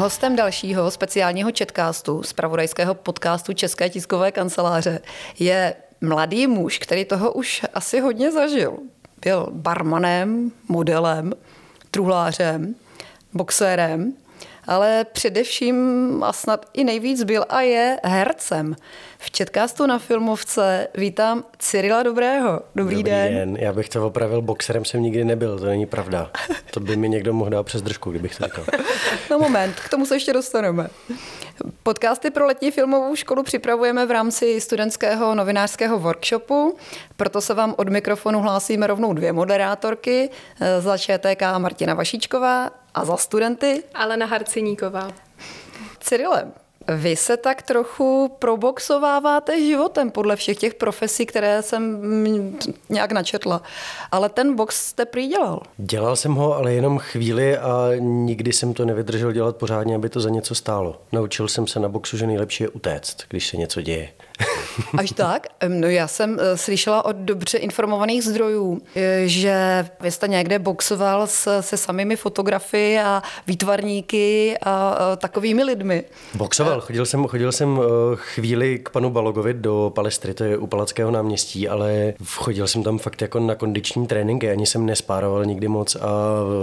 Hostem dalšího speciálního chatcastu, zpravodajského podcastu České tiskové kanceláře, je mladý muž, který toho už asi hodně zažil. Byl barmanem, modelem, truhlářem, boxérem, ale především a snad i nejvíc byl a je hercem. V chatcastu na Filmovce vítám Cyrila Dobrého. Dobrý den. Já bych to opravil, boxerem jsem nikdy nebyl, to není pravda. To by mi někdo mohl dát přes držku, kdybych to říkal. No moment, k tomu se ještě dostaneme. Podcasty pro letní filmovou školu připravujeme v rámci studentského novinářského workshopu, proto se vám od mikrofonu hlásíme rovnou dvě moderátorky, za ČTK Martina Vašíčková a za studenty Alena Harciníková. Cyrile, vy se tak trochu proboxováváte životem podle všech těch profesí, které jsem nějak načetla. Ale ten box jste prý dělal. Dělal jsem ho, ale jenom chvíli a nikdy jsem to nevydržel dělat pořádně, aby to za něco stálo. Naučil jsem se na boxu, že nejlepší je utéct, když se něco děje. Až tak? No já jsem slyšela od dobře informovaných zdrojů, že vy jste někde boxoval se samými fotografy a výtvarníky a takovými lidmi. Boxoval. Chodil jsem chvíli k panu Balogovi do Palestry, to je u Palackého náměstí, ale chodil jsem tam fakt jako na kondiční tréninky, ani jsem nespároval nikdy moc a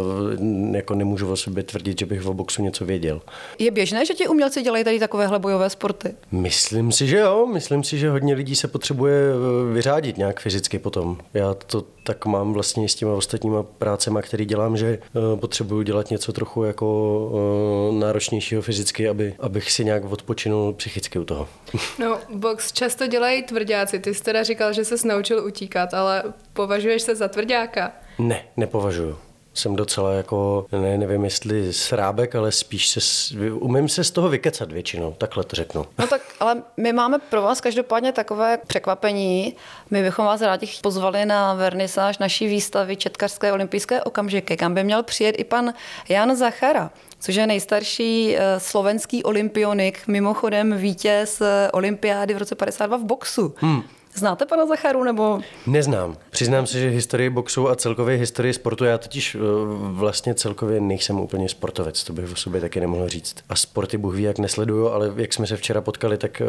jako nemůžu o sobě tvrdit, že bych o boxu něco věděl. Je běžné, že ti umělci dělají tady takovéhle bojové sporty? Myslím si, že jo. Myslím si, že hodně lidí se potřebuje vyřádit nějak fyzicky potom. Já to tak mám vlastně s těma ostatníma prácema, který dělám, že potřebuju dělat něco trochu jako náročnějšího fyzicky, abych si nějak odpočinul psychicky u toho. No, box často dělají tvrďáci. Ty jsi teda říkal, že ses naučil utíkat, ale považuješ se za tvrďáka? Ne, nepovažuju. Jsem docela jako, nevím jestli srábek, ale spíš umím se z toho vykecat většinou, takhle to řeknu. No tak, ale my máme pro vás každopádně takové překvapení. My bychom vás rádi pozvali na vernisáž naší výstavy Četkařské olympijské okamžiky, kam by měl přijet i pan Jan Zachara, což je nejstarší slovenský olympionik, mimochodem vítěz olympiády v roce 52 v boxu. Znáte pana Zacharu, nebo? Neznám. Přiznám se, že historii boxu a celkově historii sportu, já totiž vlastně celkově nejsem úplně sportovec, to bych o sobě taky nemohl říct. A sporty Bůh ví, jak nesleduju, ale jak jsme se včera potkali, tak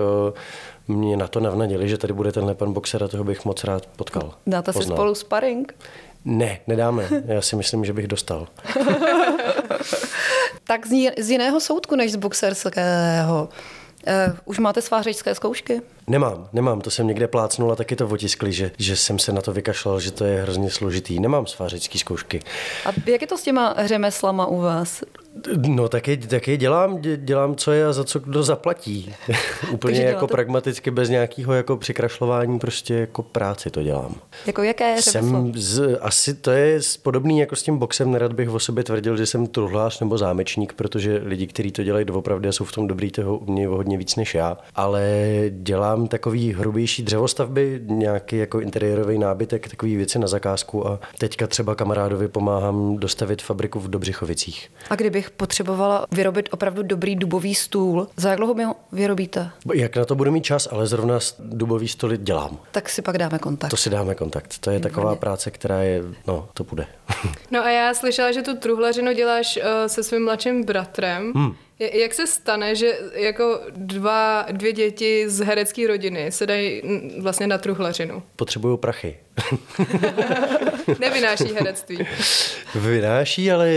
mě na to navnadili, že tady bude tenhle pan boxer a toho bych moc rád potkal. Dáte si spolu sparring? Ne, nedáme. Já si myslím, že bych dostal. Tak z jiného soudku než z boxerského. Už máte svářečské zkoušky? Nemám, to jsem někde plácnul a taky to otiskli, že jsem se na to vykašlal, že to je hrozně složitý. Nemám svářecké zkoušky. A jak je to s těma řemeslama u vás? No taky dělám, co je a za co kdo zaplatí. Úplně jako pragmaticky, bez nějakého jako přikrašlování, prostě jako práci to dělám. Jako jaké řemeslo? Asi to je podobný jako s tím boxem, nerad bych o sobě tvrdil, že jsem truhlář nebo zámečník, protože lidi, kteří to dělají doopravdy a jsou v tom dobrý, toho umějí hodně víc než já, ale dělám takový hrubější dřevostavby, nějaký jako interiérový nábytek, takový věci na zakázku a teďka třeba kamarádovi pomáhám dostavit fabriku v Dobřichovicích. A kdybych potřebovala vyrobit opravdu dobrý dubový stůl, za jak dlouho mi ho vyrobíte? Jak na to budu mít čas, ale zrovna dubový stoly dělám. Tak si pak dáme kontakt. To si dáme kontakt. To je taková práce, která je, to půjde. No a já slyšela, že tu truhlařinu děláš se svým mladším bratrem. Jak se stane, že jako dvě děti z herecké rodiny se dají vlastně na truhlařinu? Potřebuju prachy. Nevynáší herectví. Vynáší, ale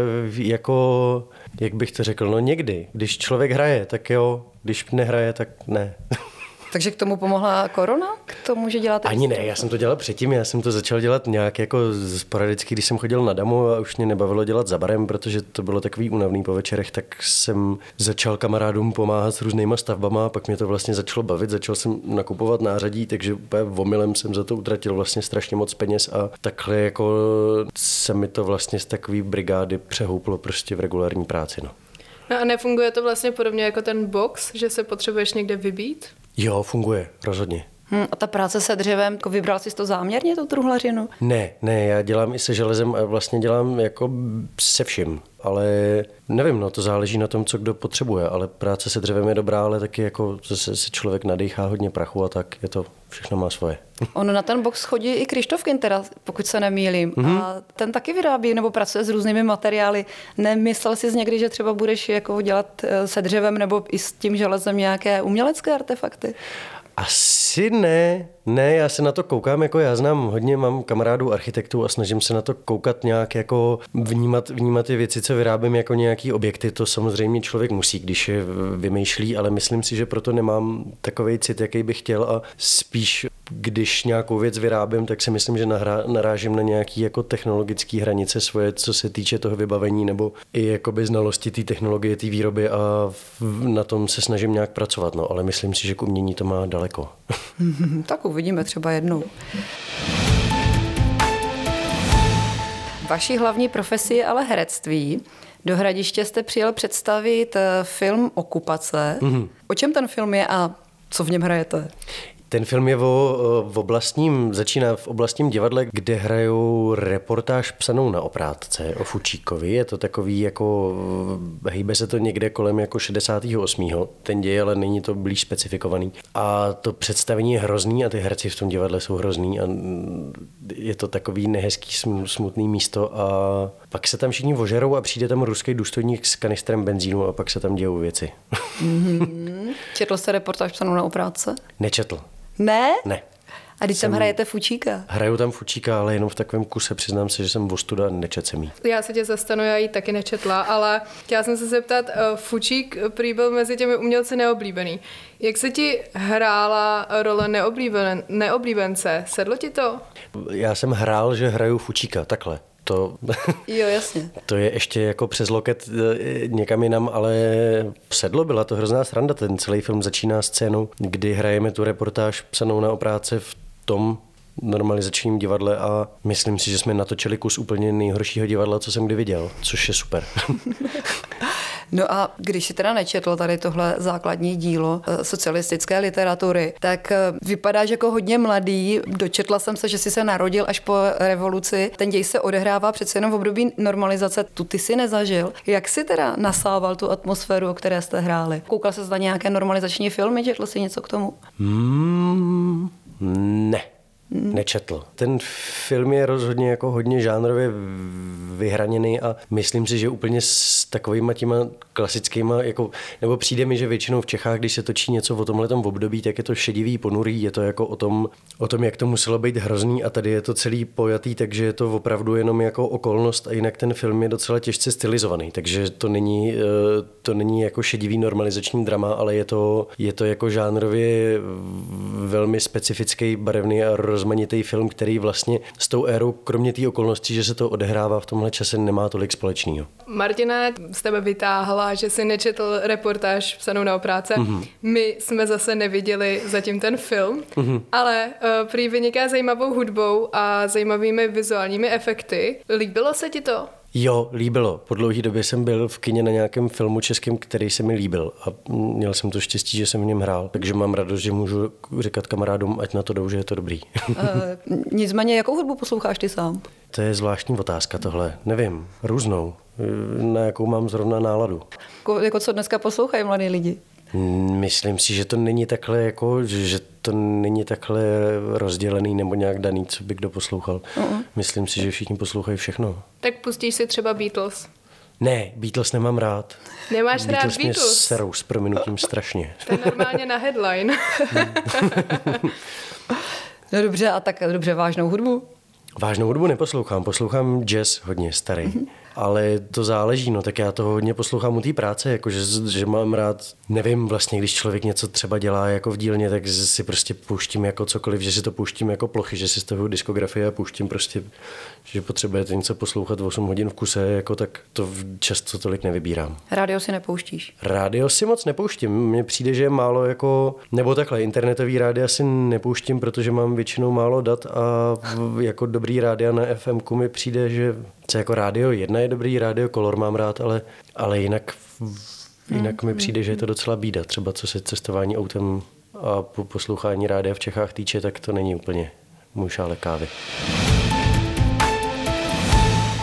jako, jak bych to řekl, no někdy. Když člověk hraje, tak jo, když nehraje, tak ne. Takže k tomu pomohla korona? K tomu, že děláte? Ani ne, já jsem to dělal předtím, já jsem to začal dělat nějak jako sporadicky, když jsem chodil na damu a už mě nebavilo dělat za barem, protože to bylo takový únavný po večerech, tak jsem začal kamarádům pomáhat s různýma stavbama a pak mě to vlastně začalo bavit, začal jsem nakupovat nářadí, takže úplně omylem jsem za to utratil vlastně strašně moc peněz a takhle jako se mi to vlastně z takový brigády přehouplo prostě v regulární práci, no. No a nefunguje to vlastně podobně jako ten box, že se potřebuješ někde vybít? Jo, funguje, rozhodně. A ta práce se dřevem, jako vybral jsi to záměrně, tu truhlařinu? Ne, já dělám i se železem a vlastně dělám jako se vším. ale nevím, no to záleží na tom, co kdo potřebuje, ale práce se dřevem je dobrá, ale taky jako zase si člověk nadýchá hodně prachu a tak je to, všechno má svoje. On na ten box chodí i Krištof Kinter, pokud se nemýlím. A ten taky vyrábí nebo pracuje s různými materiály. Nemyslel jsi někdy, že třeba budeš jako dělat se dřevem nebo i s tím železem nějaké umělecké artefakty? Asi ne, já se na to koukám, jako já mám kamarádů architektů a snažím se na to koukat nějak jako vnímat ty věci, co vyrábím jako nějaký objekty, to samozřejmě člověk musí, když je vymýšlí, ale myslím si, že proto nemám takovej cit, jaký bych chtěl a spíš, když nějakou věc vyrábím, tak si myslím, že narážím na nějaký jako technologické hranice svoje, co se týče toho vybavení nebo i jakoby znalosti té technologie, té výroby a na tom se snažím nějak pracovat, no, ale myslím si, že k umění to má daleko. Tak uvidíme třeba jednou. Vaší hlavní profesí je ale herectví. Do Hradiště jste přijel představit film Okupace. O čem ten film je a co v něm hrajete? Ten film je začíná v oblastním divadle, kde hrajou reportáž psanou na oprátce o Fučíkovi. Je to takový jako, hýbe se to někde kolem jako 68. Ten děj, ale není to blíž specifikovaný. A to představení je hrozný a ty herci v tom divadle jsou hrozný a je to takový nehezký, smutný místo a pak se tam všichni ožerou a přijde tam ruský důstojník s kanistrem benzínu a pak se tam dějou věci. Četl jste reportáž psanou na oprátce? Nečetl. Ne? Ne. A když tam hrajete Fučíka? Hraju tam Fučíka, ale jenom v takovém kuse, přiznám se, že jsem ostuda a nečet jsem jí. Já se tě zastanu, já ji taky nečetla, ale chtěla jsem se zeptat, Fučík prý byl mezi těmi umělci neoblíbený. Jak se ti hrála role neoblíbence? Sedlo ti to? Já jsem hrál, že hraju Fučíka, takhle. Jo, jasně. To je ještě jako přes loket někam jinam, ale sedlo, byla to hrozná sranda. Ten celý film začíná scénou, kdy hrajeme tu reportáž psanou na oprátce v tom normalizačním divadle a myslím si, že jsme natočili kus úplně nejhoršího divadla, co jsem kdy viděl, což je super. No a když si teda nečetl tady tohle základní dílo socialistické literatury, tak vypadáš jako hodně mladý. Dočetla jsem se, že jsi se narodil až po revoluci. Ten děj se odehrává přece jenom v období normalizace. Tu ty si nezažil. Jak jsi teda nasával tu atmosféru, o které jste hráli? Koukal jsi na nějaké normalizační filmy? Četl jsi něco k tomu? Ne. Nečetl. Ten film je rozhodně jako hodně žánrově vyhraněný a myslím si, že úplně s takovýma těma klasickýma, jako, nebo přijde mi, že většinou v Čechách, když se točí něco o tomhletom období, tak je to šedivý, ponurý, je to jako o tom, jak to muselo být hrozný a tady je to celý pojatý, takže je to opravdu jenom jako okolnost a jinak ten film je docela těžce stylizovaný, takže to není jako šedivý normalizační drama, ale je to jako žánrově velmi specifický, barevný a rozmanitý film, který vlastně s tou érou, kromě té okolností, že se to odehrává v tomhle čase, nemá tolik společného. Martina z tebe vytáhla, že jsi nečetl reportáž psanou na oprátce. My jsme zase neviděli zatím ten film, ale prý vyniká zajímavou hudbou a zajímavými vizuálními efekty. Líbilo se ti to? Jo, líbilo. Po dlouhé době jsem byl v kině na nějakém filmu českém, který se mi líbil a měl jsem to štěstí, že jsem v něm hrál, takže mám radost, že můžu říkat kamarádům, ať na to jdou, že je to dobrý. Nicméně, jakou hudbu posloucháš ty sám? To je zvláštní otázka tohle. Nevím, různou. Na jakou mám zrovna náladu. Jako co dneska poslouchají mladí lidi? Myslím si, že to není takhle že to není takhle rozdělený nebo nějak daný, co by kdo poslouchal. Myslím si, že všichni poslouchají všechno. Tak pustíš si třeba Beatles? Ne, Beatles nemám rád. Nemáš rád Beatles? Mě serou s prominutím strašně. To je normálně na headline. No dobře, a tak dobře, vážnou hudbu? Vážnou hudbu neposlouchám, poslouchám jazz hodně starý. Ale to záleží, no, tak já to hodně poslouchám u té práce, jakože, že mám rád, nevím vlastně, když člověk něco třeba dělá jako v dílně, tak si prostě pouštím jako cokoliv, že si to pouštím jako plochy, že si stahuju diskografii a pouštím prostě, že potřebujete něco poslouchat 8 hodin v kuse, jako tak to často tolik nevybírám. Rádio si nepouštíš? Rádio si moc nepouštím, mně přijde, že je málo jako, nebo takhle, internetový rádia si nepouštím, protože mám většinou málo dat a jako dobrý rádia na FMku mi přijde, že co jako rádio 1 je dobrý, rádio Color mám rád, ale jinak mi přijde, že je to docela bída. Třeba co se cestování autem a poslouchání rádia v Čechách týče, tak to není úplně můj šálek kávy.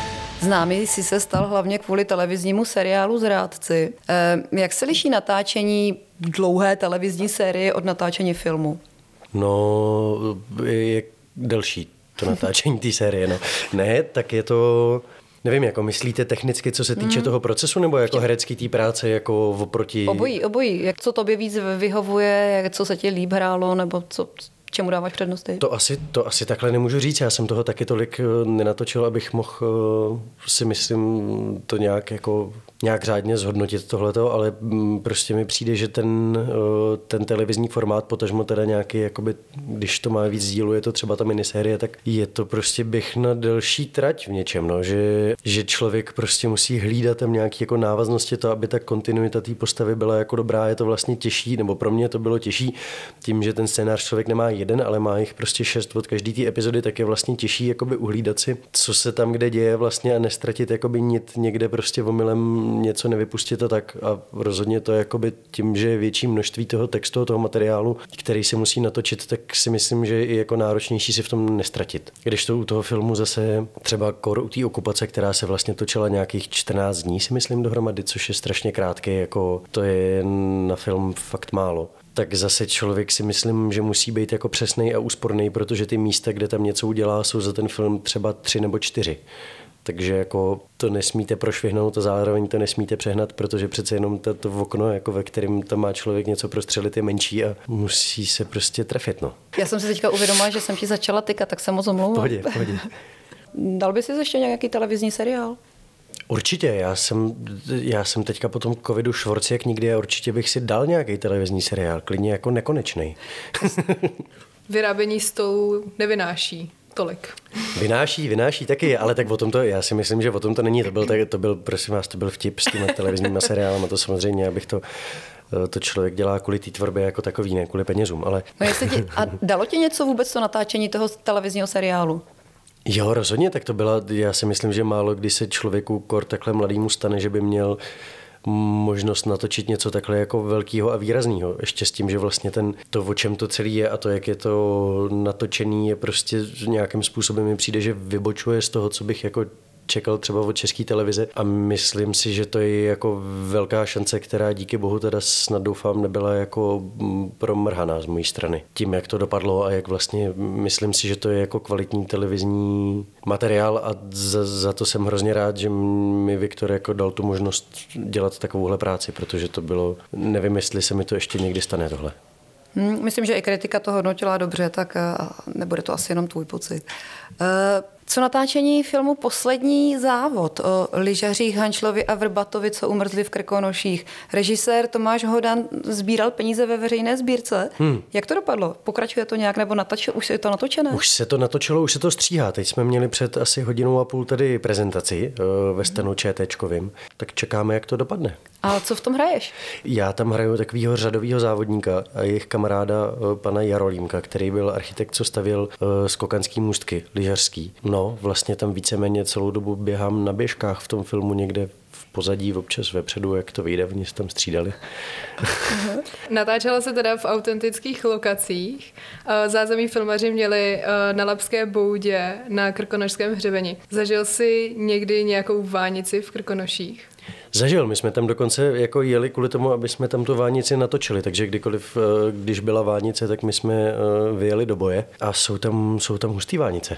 Známý si se stal hlavně kvůli televiznímu seriálu Zrádci. Jak se liší natáčení dlouhé televizní série od natáčení filmu? No, je delší to natáčení té série. No. Ne, tak je to... Nevím, jako myslíte technicky, co se týče toho procesu, nebo jako herecký té práce, jako oproti... Obojí. Jak co tobě víc vyhovuje, co se ti líp hrálo, nebo čemu dáváš přednosti? To asi takhle nemůžu říct. Já jsem toho taky tolik nenatočil, abych mohl si myslím to nějak řádně zhodnotit tohleto, ale prostě mi přijde, že ten televizní formát, potažmo teda nějaký, jakoby, když to má víc dílu, je to třeba ta minisérie, tak je to prostě běh na delší trať v něčem, no, že člověk prostě musí hlídat tam nějaký jako návaznosti, to, aby ta kontinuita té postavy byla jako dobrá, je to vlastně těžší, nebo pro mě to bylo těžší, tím, že ten scénář člověk nemá jeden, ale má jich prostě 6 od každé té epizody, tak je vlastně těžší jakoby uhlídat si, co se tam kde děje vlastně a nestratit jakoby někde prostě omylem něco nevypustit a tak. A rozhodně to jakoby tím, že je větší množství toho textu, toho materiálu, který se musí natočit, tak si myslím, že je jako náročnější si v tom nestratit. Když to u toho filmu zase třeba u té okupace, která se vlastně točila nějakých 14 dní, si myslím dohromady, což je strašně krátké, jako to je na film fakt málo. Tak zase člověk si myslím, že musí být jako přesnej a úsporný, protože ty místa, kde tam něco udělá, jsou za ten film třeba 3 nebo 4. Takže jako to nesmíte prošvihnout a zároveň to nesmíte přehnat, protože přece jenom to okno, jako ve kterém tam má člověk něco prostřelit, je menší a musí se prostě trefit. No. Já jsem si teďka uvědomila, že jsem ti začala tykat, tak se moc omlouvám. Pohodě. Dal by si ještě nějaký televizní seriál? Určitě, já jsem teďka po tom covidu švorc jak nikdy a určitě bych si dal nějaký televizní seriál, klidně jako nekonečnej. Vyrábění stolu nevynáší tolik. Vynáší taky, ale tak o tom to, já si myslím, že o tom to není, to byl prosím vás, to byl vtip s těmi televizníma seriálama, to samozřejmě, abych to člověk dělá kvůli té tvorbě jako takový, ne kvůli penězům, ale... No a dalo ti něco vůbec to natáčení toho televizního seriálu? Jo, rozhodně, tak to byla, já si myslím, že málo kdy se člověku takhle mladýmu stane, že by měl možnost natočit něco takhle jako velkého a výrazného. Ještě s tím, že vlastně to, o čem to celé je a to, jak je to natočený, je prostě nějakým způsobem mi přijde, že vybočuje z toho, co bych jako čekal třeba od České televize a myslím si, že to je jako velká šance, která díky bohu teda snad doufám nebyla jako promrhaná z mojí strany. Tím, jak to dopadlo a jak vlastně myslím si, že to je jako kvalitní televizní materiál a za to jsem hrozně rád, že mi Viktor jako dal tu možnost dělat takovouhle práci, protože to bylo, nevím, jestli se mi to ještě někdy stane tohle. Myslím, že i kritika to hodnotila dobře, tak nebude to asi jenom tvůj pocit. Co natáčení filmu Poslední závod o lyžařích Hanšlovi a Vrbatovi, co umrzli v Krkonoších. Režisér Tomáš Hodan sbíral peníze ve veřejné sbírce. Jak to dopadlo? Pokračuje to nějak nebo už je to natočené? Už se to natočilo, už se to stříhá. Teď jsme měli před asi 1,5 hodiny tady prezentaci ve stanu ČTčkovým. Tak čekáme, jak to dopadne. A co v tom hraješ? Já tam hraju takového řadového závodníka a jejich kamaráda pana Jarolímka, který byl architekt, co stavěl skokanský můstky, lyžařský. No, vlastně tam víceméně celou dobu běhám na běžkách v tom filmu někde v pozadí, občas vepředu, jak to vyjde, oni se tam střídali. Natáčela se teda v autentických lokacích. Zázemí filmaři měli na Labské boudě na Krkonošském hřebeni. Zažil jsi někdy nějakou vánici v Krkonoších? Zažil, my jsme tam dokonce jako jeli kvůli tomu, aby jsme tam tu vánici natočili, takže kdykoliv, když byla vánice, tak my jsme vyjeli do boje a jsou tam hustý vánice.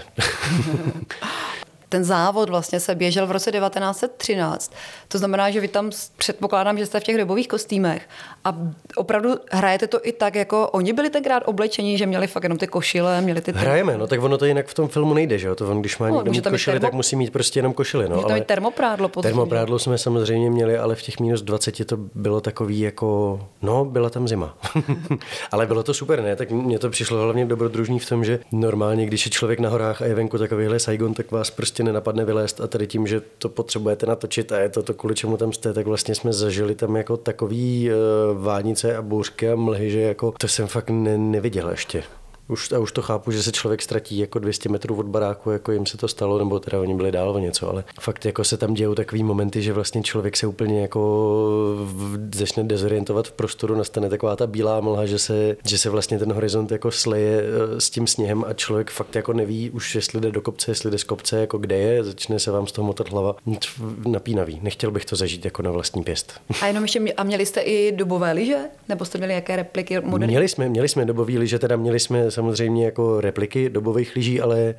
Ten závod vlastně se běžel v roce 1913. To znamená, že vy tam předpokládám, že jste v těch dobových kostýmech a opravdu hrajete to i tak, jako oni byli tenkrát oblečení, že měli fakt jenom ty košile, měli ty... Hrajeme, no tak ono to jinak v tom filmu nejde, že jo? To on, když má někdo mít košily, tak musí mít prostě jenom košily, no. Může tam mít termoprádlo. Termoprádlo jsme samozřejmě měli, ale v těch -20 to bylo takový jako, no, byla tam zima. Ale bylo to super, ne? Tak mně to přišlo hlavně dobrodružný v tom, že normálně, když je člověk na horách a je venku takovýhle Saigon, tak vás prostě nenapadne vylézt a tady tím, že to potřebujete natočit a je to kvůli čemu tam jste, tak vlastně jsme zažili tam jako takový vánice a bouřky a mlhy, že jako to jsem fakt neviděl ještě. Už to chápu, že se člověk ztratí jako 200 metrů od baráku, jako jim se to stalo, nebo teda oni byli dál o něco, ale fakt jako se tam dějou takový momenty, že vlastně člověk se úplně jako začne dezorientovat v prostoru, nastane taková ta bílá mlha, že se vlastně ten horizont jako sleje s tím sněhem a člověk fakt jako neví už, jestli jde do kopce, jestli jde z kopce, jako kde je, začne se vám z toho motat hlava. Napínavý. Nechtěl bych to zažít jako na vlastní pěst. A jenom ještě měli jste i dobové lyže? Nebo jste měli jaké repliky moderní? Měli jsme dobové lyže, teda měli jsme samozřejmě jako repliky dobových lyží, ale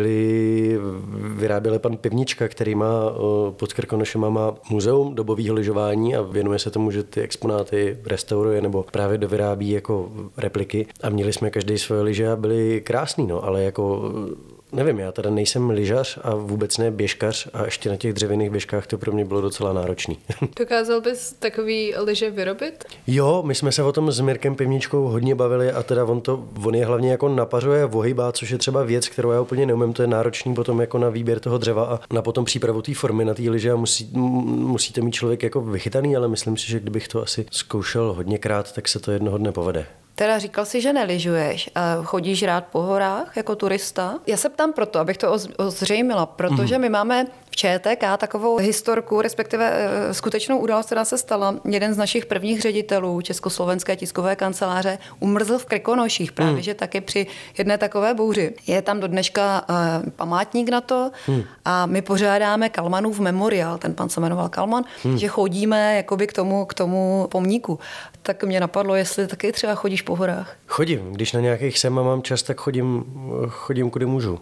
vyráběl pan Pivnička, který má pod Krkonošema má muzeum dobového lyžování a věnuje se tomu, že ty exponáty restauruje nebo právě dovyrábí jako repliky a měli jsme každý svoje lyže a byly krásný, no, ale jako nevím, já teda nejsem lyžař a vůbec ne běžkař a ještě na těch dřevěných běžkách to pro mě bylo docela náročný. Dokázal bys takový lyže vyrobit? Jo, my jsme se o tom s Mirkem Pivničkou hodně bavili a teda on je hlavně jako napařuje, ohýbá, což je třeba věc, kterou já úplně neumím, to je náročný potom jako na výběr toho dřeva a na potom přípravu té formy na té lyže a musí to mít člověk jako vychytaný, ale myslím si, že kdybych to asi zkoušel hodněkrát, tak se to jednoho dne povede. Teda říkal jsi, že nelyžuješ a chodíš rád po horách jako turista. Já se ptám proto, abych to ozřejmila, protože my máme v ČTK takovou historku, respektive skutečnou událost, která se stala. Jeden z našich prvních ředitelů Československé tiskové kanceláře umrzl v Krkonoších, právě že taky při jedné takové bouři. Je tam do dneška památník na to a my pořádáme Kalmanův memoriál, ten pan se jmenoval Kalman, že chodíme jakoby k tomu pomníku. Tak mě napadlo, jestli taky třeba chodíš po horách. Chodím, když na nějakých sem mám čas, tak chodím kudy můžu.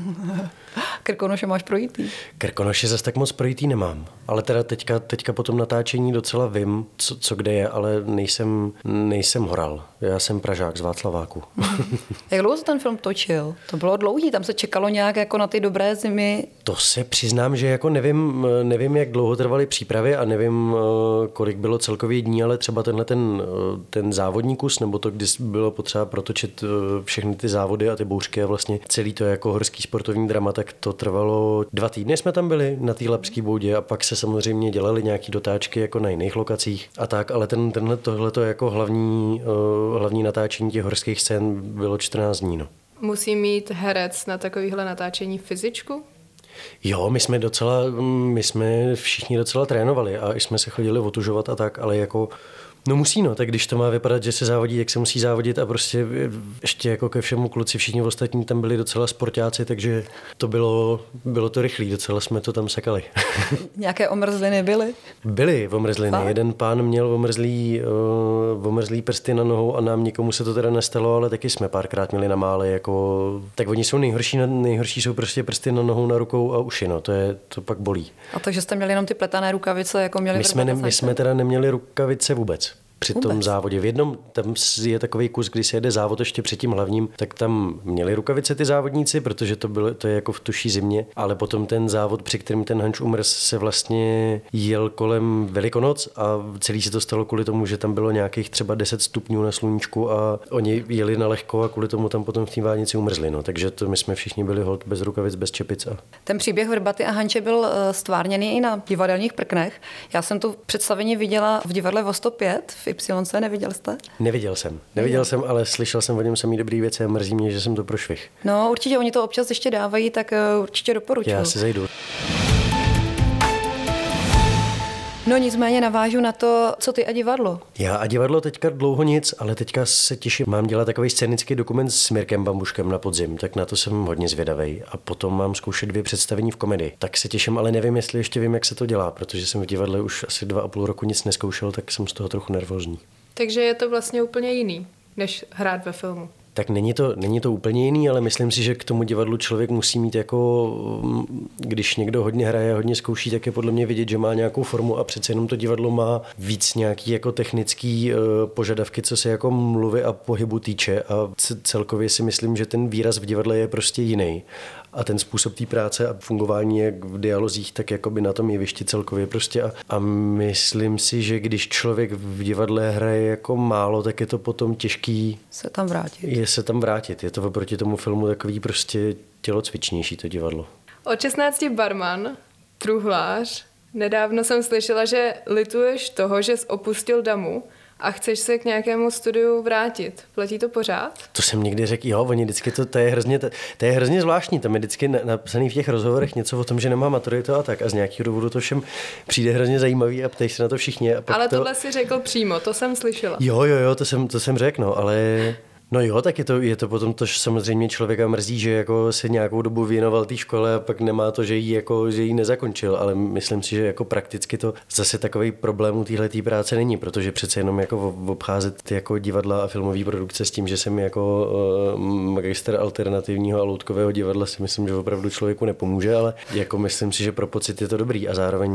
Krkonoše máš projítý? Krkonoše zase tak moc projítý nemám, ale teda teďka po tom natáčení docela vím, co kde je, ale nejsem horal. Já jsem Pražák z Václaváku. Jak dlouho se ten film točil? To bylo dlouhý, tam se čekalo nějak jako na ty dobré zimy. To se přiznám, že jako nevím, jak dlouho trvaly přípravy a nevím, kolik bylo celkově dní, ale třeba ten závodní kus, nebo to, kdy bylo potřeba protočit všechny ty závody a ty bouřky a vlastně celý to jako horský sportovní drama, tak to trvalo 2 týdny jsme tam byli na té Labské boudě a pak se samozřejmě dělaly nějaký dotáčky jako na jiných lokacích a tak, ale tohleto jako hlavní natáčení těch horských scén bylo 14 dní. No. Musí mít herec na takovýhle natáčení fyzičku? Jo, my jsme všichni docela trénovali a i jsme se chodili otužovat a tak, ale jako no musí, no, tak když to má vypadat, že se závodí, jak se musí závodit a prostě ještě jako ke všemu kluci, všichni ostatní tam byli docela sportáci, takže to bylo to rychlý, docela jsme to tam sekali. Nějaké omrzliny byly? Byly omrzliny, jeden pán měl omrzlý prsty na nohou a nám nikomu se to teda nestalo, ale taky jsme párkrát měli na mále, jako, tak oni jsou nejhorší jsou prostě prsty na nohou, na rukou a uši, no, to pak bolí. A takže jste měli jenom ty pletané rukavice, jako měli my jsme teda neměli rukavice vůbec. Při tom závodě. V jednom tam je takový kus, kdy se jede závod ještě před tím hlavním, tak tam měli rukavice ty závodníci, protože to je jako v tuší zimě, ale potom ten závod, při kterém ten Hanč umrz, se vlastně jel kolem Velikonoc a celý se to stalo kvůli tomu, že tam bylo nějakých třeba 10 stupňů na sluníčku a oni jeli na lehko a kvůli tomu tam potom v té vánici umrzli. No. Takže to my jsme všichni byli holt bez rukavic, bez čepic. Ten příběh Vrbaty a Hanče byl stvárněný i na divadelních prknech. Já jsem tu představení viděla v divadle Vo 105 v YC, neviděl jste? Neviděl jsem, ale slyšel jsem o něm samý dobrý věci a mrzí mě, že jsem to prošvih. No, určitě oni to občas ještě dávají, tak určitě doporučuji. Já si zajdu. No nicméně navážu na to, co ty a divadlo. Já a divadlo teďka dlouho nic, ale teďka se těším. Mám dělat takový scénický dokument s Mirkem Bambuškem na podzim, tak na to jsem hodně zvědavej. A potom mám zkoušet 2 představení v komedii. Tak se těším, ale nevím, jestli ještě vím, jak se to dělá, protože jsem v divadle už asi 2,5 roku nic neskoušel, tak jsem z toho trochu nervózní. Takže je to vlastně úplně jiný, než hrát ve filmu. Tak není to úplně jiný, ale myslím si, že k tomu divadlu člověk musí mít jako, když někdo hodně hraje, hodně zkouší, tak je podle mě vidět, že má nějakou formu a přece jenom to divadlo má víc nějaký jako technický požadavky, co se jako mluvy a pohybu týče a celkově si myslím, že ten výraz v divadle je prostě jiný. A ten způsob té práce a fungování jak v dialozích, tak jakoby na tom jevišti celkově prostě. A myslím si, že když člověk v divadle hraje jako málo, tak je to potom těžký se tam vrátit. Je to oproti tomu filmu takový prostě tělocvičnější to divadlo. Od 16 barman, truhlář. Nedávno jsem slyšela, že lituješ toho, že jsi opustil Damu a chceš se k nějakému studiu vrátit. Platí to pořád? To jsem někdy řekl, jo, oni vždycky to je hrozně zvláštní, tam je vždycky napsaný v těch rozhovorech něco o tom, že nemá maturitu a tak a z nějakého důvodu to všem přijde hrozně zajímavý a ptají se na to všichni. A pak ale tohle si řekl přímo, to jsem slyšela. Jo, to jsem řekl, no, ale... No jo, tak je to potom to, že samozřejmě člověka mrzí, že jako se nějakou dobu věnoval té škole a pak nemá to, že ji nezakončil, ale myslím si, že jako prakticky to zase takový problém u téhletý práce není, protože přece jenom jako obcházet jako divadla a filmové produkce s tím, že jsem jako magister alternativního a loutkového divadla, si myslím, že opravdu člověku nepomůže, ale jako myslím si, že pro pocit je to dobrý a zároveň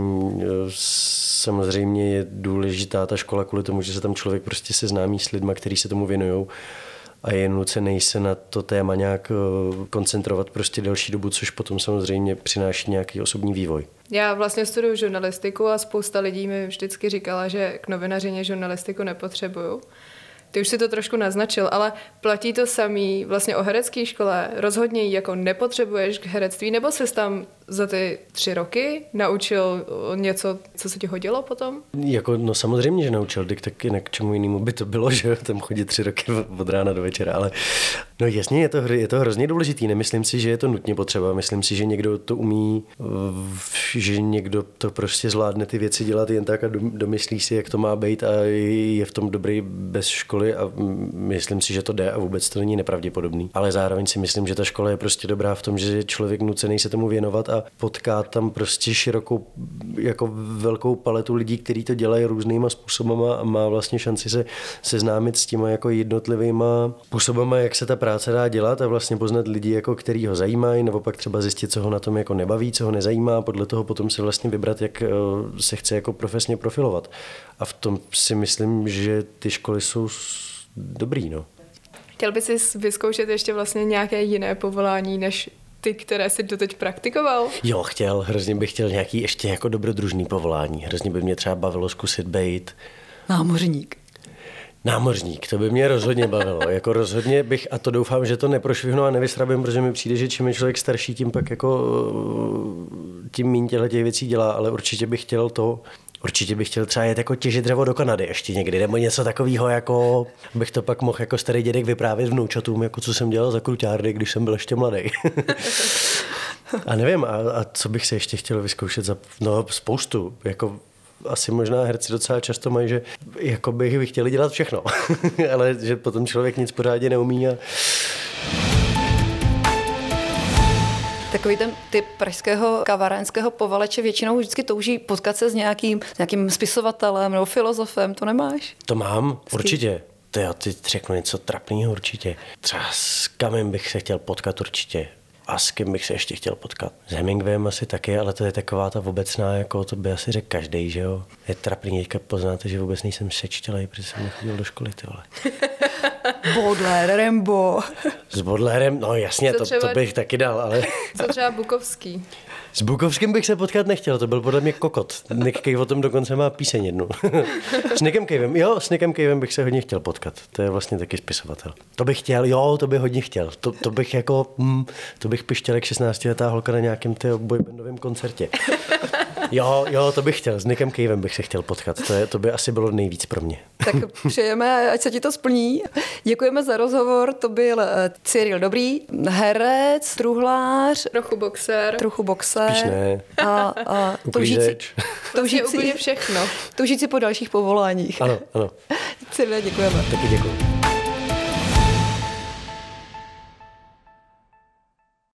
samozřejmě je důležitá ta škola kvůli tomu, že se tam člověk prostě seznámí s lidma, kteří se tomu věnujou a je nucený se na to téma nějak koncentrovat prostě delší dobu, což potom samozřejmě přináší nějaký osobní vývoj. Já vlastně studuju žurnalistiku a spousta lidí mi vždycky říkala, že k novinařině žurnalistiku nepotřebuju. Ty už si to trošku naznačil, ale platí to samý vlastně o herecké škole. Rozhodně ji jako nepotřebuješ k herectví, nebo ses tam za ty 3 roky naučil něco, co se ti hodilo potom? Jako, no samozřejmě, že naučil, tak jinak k čemu jinému by to bylo, že tam chodit 3 roky od rána do večera, ale no jasně, je to hrozně důležitý, nemyslím si, že je to nutně potřeba, myslím si, že někdo to umí, že někdo to prostě zvládne ty věci dělat jen tak a domyslí si, jak to má být a je v tom dobrý bez školy a myslím si, že to jde a vůbec to není nepravděpodobný, ale zároveň si myslím, že ta škola je prostě dobrá v tom, že je člověk nucený se tomu věnovat a potká tam prostě širokou, jako velkou paletu lidí, kteří to dělají různýma způsobama a má vlastně šanci se seznámit s těma jako jednotlivýma způsobama, jak se ta práce dá dělat a vlastně poznat lidi, jako který ho zajímají, nebo pak třeba zjistit, co ho na tom jako nebaví, co ho nezajímá, podle toho potom si vlastně vybrat, jak se chce jako profesně profilovat. A v tom si myslím, že ty školy jsou dobrý, no. Chtěl bys si vyzkoušet ještě vlastně nějaké jiné povolání, než ty, které jsi doteď praktikoval? Jo, hrozně bych chtěl nějaký ještě jako dobrodružný povolání. Hrozně by mě třeba bavilo zkusit být Námořník, to by mě rozhodně bavilo. Jako rozhodně bych, a to doufám, že to neprošvihnu a nevysrabím, protože mi přijde, že čím je člověk starší, tím pak jako tím míň těch věcí dělá, ale určitě bych chtěl třeba jet jako těžit dřevo do Kanady ještě někdy, nebo něco takového, jako bych to pak mohl jako starý dědek vyprávět vnoučatům, jako co jsem dělal za kruťárny, když jsem byl ještě mladý. A nevím, a co bych se ještě chtěl vyzkoušet no spoustu, jako asi možná herci docela často mají, že jako by chtěli dělat všechno, ale že potom člověk nic pořádně neumí a... Takový ten typ pražského kavárenského povaleče většinou vždycky touží potkat se s nějakým spisovatelem nebo filozofem, to nemáš? To mám, určitě. Ty řeknu něco trapného určitě. Třeba s Kamem bych se chtěl potkat určitě. A s kým bych se ještě chtěl potkat? S Hemingwayem asi taky, ale to je taková ta obecná, jako to by asi řekl každej, že jo? Je trapný, teďka poznáte, že vůbec nejsem sečtělej, protože jsem nechodil do školy, ty vole. Baudelaire, Rimbaud. S Baudelaireem, no jasně, to bych taky dal, ale... Co třeba Bukovský? S Bukovským bych se potkat nechtěl, to byl podle mě kokot. Nick Cave o tom dokonce má píseň jednu. S Nickem Cavem bych se hodně chtěl potkat, to je vlastně taky spisovatel. To bych chtěl, to bych hodně chtěl. To bych jako, to bych pištěl jak 16letá holka na nějakém boybandovém koncertě. Jo, to bych chtěl, s Nickem Cavem bych se chtěl potkat, to by asi bylo nejvíc pro mě. Tak přejeme, ať se ti to splní. Děkujeme za rozhovor, to byl Cyril Dobrý, herec, truhlář. Trochu boxer. Spíš ne. A toužící úplně všechno. Toužící po dalších povoláních. Ano. Cyril, děkujeme. Taky děkuji.